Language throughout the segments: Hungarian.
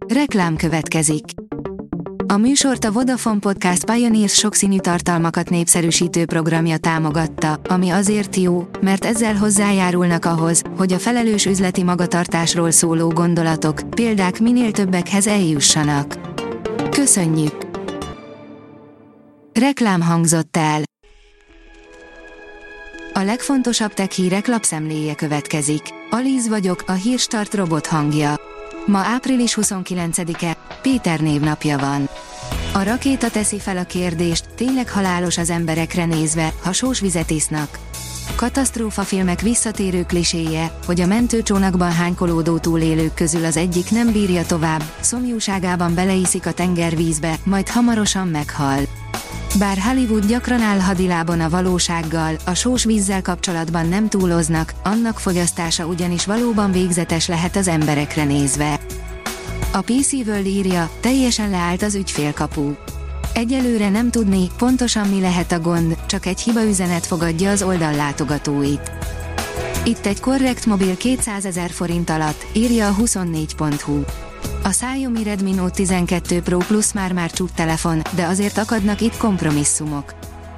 Reklám következik. A műsort a Vodafone Podcast Pioneers sokszínű tartalmakat népszerűsítő programja támogatta, ami azért jó, mert ezzel hozzájárulnak ahhoz, hogy a felelős üzleti magatartásról szóló gondolatok, példák minél többekhez eljussanak. Köszönjük! Reklám hangzott el. A legfontosabb tech hírek lapszemléje következik. Alíz vagyok, a Hírstart robot hangja. Ma április 29-e, Péter névnapja van. A rakéta teszi fel a kérdést, tényleg halálos az emberekre nézve, ha sós vizet isznak. Katasztrófafilmek visszatérő kliséje, hogy a mentőcsónakban hánykolódó túlélők közül az egyik nem bírja tovább, szomjúságában beleiszik a tengervízbe, majd hamarosan meghal. Bár Hollywood gyakran áll hadilábon a valósággal, a sós vízzel kapcsolatban nem túloznak, annak fogyasztása ugyanis valóban végzetes lehet az emberekre nézve. A PC World írja, teljesen leállt az ügyfélkapu. Egyelőre nem tudni, pontosan mi lehet a gond, csak egy hibaüzenet fogadja az oldal látogatóit. Itt egy korrekt mobil 200 000 forint alatt, írja a 24.hu. A Xiaomi Redmi Note 12 Pro Plus már csúcstelefon, de azért akadnak itt kompromisszumok.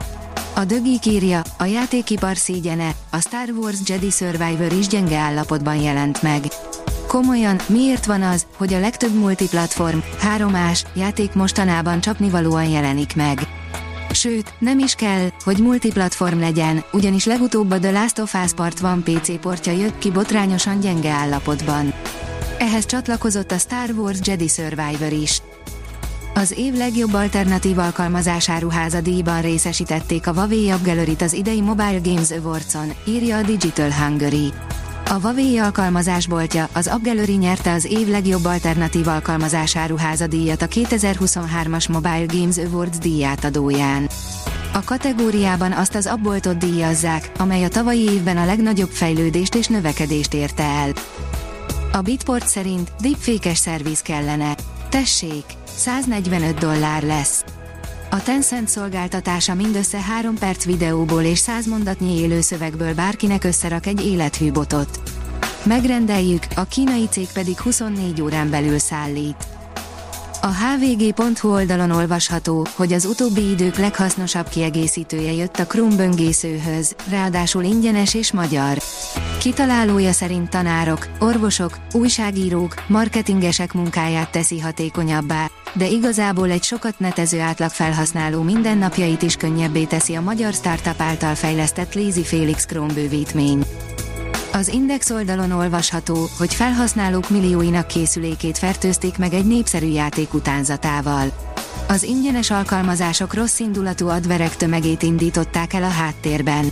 A The Geek írja, a játékipar szégyene, a Star Wars Jedi Survivor is gyenge állapotban jelent meg. Komolyan, miért van az, hogy a legtöbb multiplatform, 3-ás játék mostanában csapnivalóan jelenik meg? Sőt, nem is kell, hogy multiplatform legyen, ugyanis legutóbb a The Last of Us Part 1 PC portja jött ki botrányosan gyenge állapotban. Ehhez csatlakozott a Star Wars Jedi Survivor is. Az év legjobb alternatív alkalmazásáruháza díjban részesítették a Huawei App Gallery-t az idei Mobile Games Awards-on, írja a Digital Hungary. A Huawei alkalmazásboltja, az App Gallery nyerte az év legjobb alternatív alkalmazásáruháza díjat a 2023-as Mobile Games Awards díjátadóján. A kategóriában azt az appboltot díjazzák, amely a tavalyi évben a legnagyobb fejlődést és növekedést érte el. A Bitport szerint deepfake-es szerviz kellene. Tessék, $145 lesz. A Tencent szolgáltatása mindössze 3 perc videóból és 100 mondatnyi élő szövegből bárkinek összerak egy élethű botot. Megrendeljük, a kínai cég pedig 24 órán belül szállít. A hvg.hu oldalon olvasható, hogy az utóbbi idők leghasznosabb kiegészítője jött a Chrome böngészőhöz, ráadásul ingyenes és magyar. Kitalálója szerint tanárok, orvosok, újságírók, marketingesek munkáját teszi hatékonyabbá, de igazából egy sokat netező átlagfelhasználó mindennapjait is könnyebbé teszi a magyar startup által fejlesztett Lazy Felix Chrome bővítmény. Az Index oldalon olvasható, hogy felhasználók millióinak készülékét fertőzték meg egy népszerű játék utánzatával. Az ingyenes alkalmazások rosszindulatú adverek tömegét indították el a háttérben.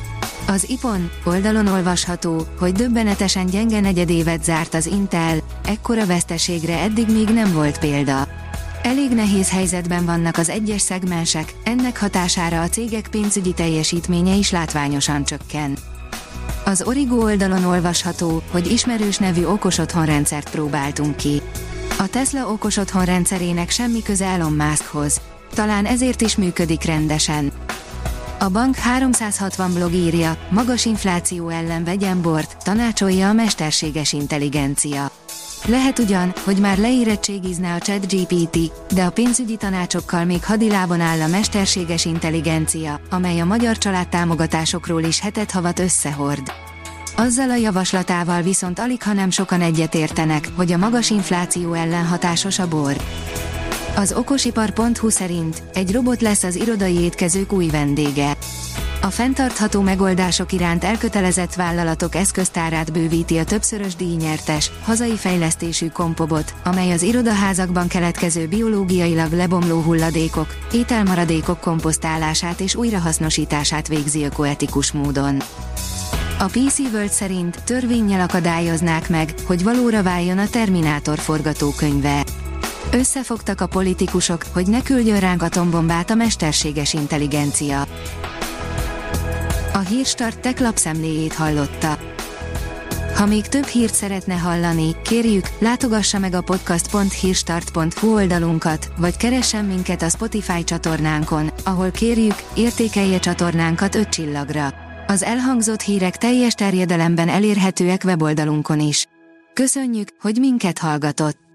Az IPON oldalon olvasható, hogy döbbenetesen gyenge negyedévet zárt az Intel, ekkora veszteségre eddig még nem volt példa. Elég nehéz helyzetben vannak az egyes szegmensek, ennek hatására a cégek pénzügyi teljesítménye is látványosan csökken. Az Origo oldalon olvasható, hogy ismerős nevű okosotthonrendszert próbáltunk ki. A Tesla okosotthonrendszerének semmi köze Elon Muskhoz. Talán ezért is működik rendesen. A Bank 360 blog írja, magas infláció ellen vegyen bort, tanácsolja a mesterséges intelligencia. Lehet ugyan, hogy már leérettségizne a ChatGPT, de a pénzügyi tanácsokkal még hadilábon áll a mesterséges intelligencia, amely a magyar családtámogatásokról is hetet-havat összehord. Azzal a javaslatával viszont aligha nem sokan egyetértenek, hogy a magas infláció ellen hatásos a bor. Az okosipar.hu szerint egy robot lesz az irodai étkezők új vendége. A fenntartható megoldások iránt elkötelezett vállalatok eszköztárát bővíti a többszörös díjnyertes, hazai fejlesztésű Kompobot, amely az irodaházakban keletkező biológiailag lebomló hulladékok, ételmaradékok komposztálását és újrahasznosítását végzi ökoetikus módon. A PC World szerint törvénnyel akadályoznák meg, hogy valóra váljon a Terminátor forgatókönyve. Összefogtak a politikusok, hogy ne küldjön ránk atombombát a mesterséges intelligencia. A Hírstart Tech lapszemléjét hallotta. Ha még több hírt szeretne hallani, kérjük, látogassa meg a podcast.hírstart.hu oldalunkat, vagy keressen minket a Spotify csatornánkon, ahol kérjük, értékelje csatornánkat 5 csillagra. Az elhangzott hírek teljes terjedelemben elérhetőek weboldalunkon is. Köszönjük, hogy minket hallgatott!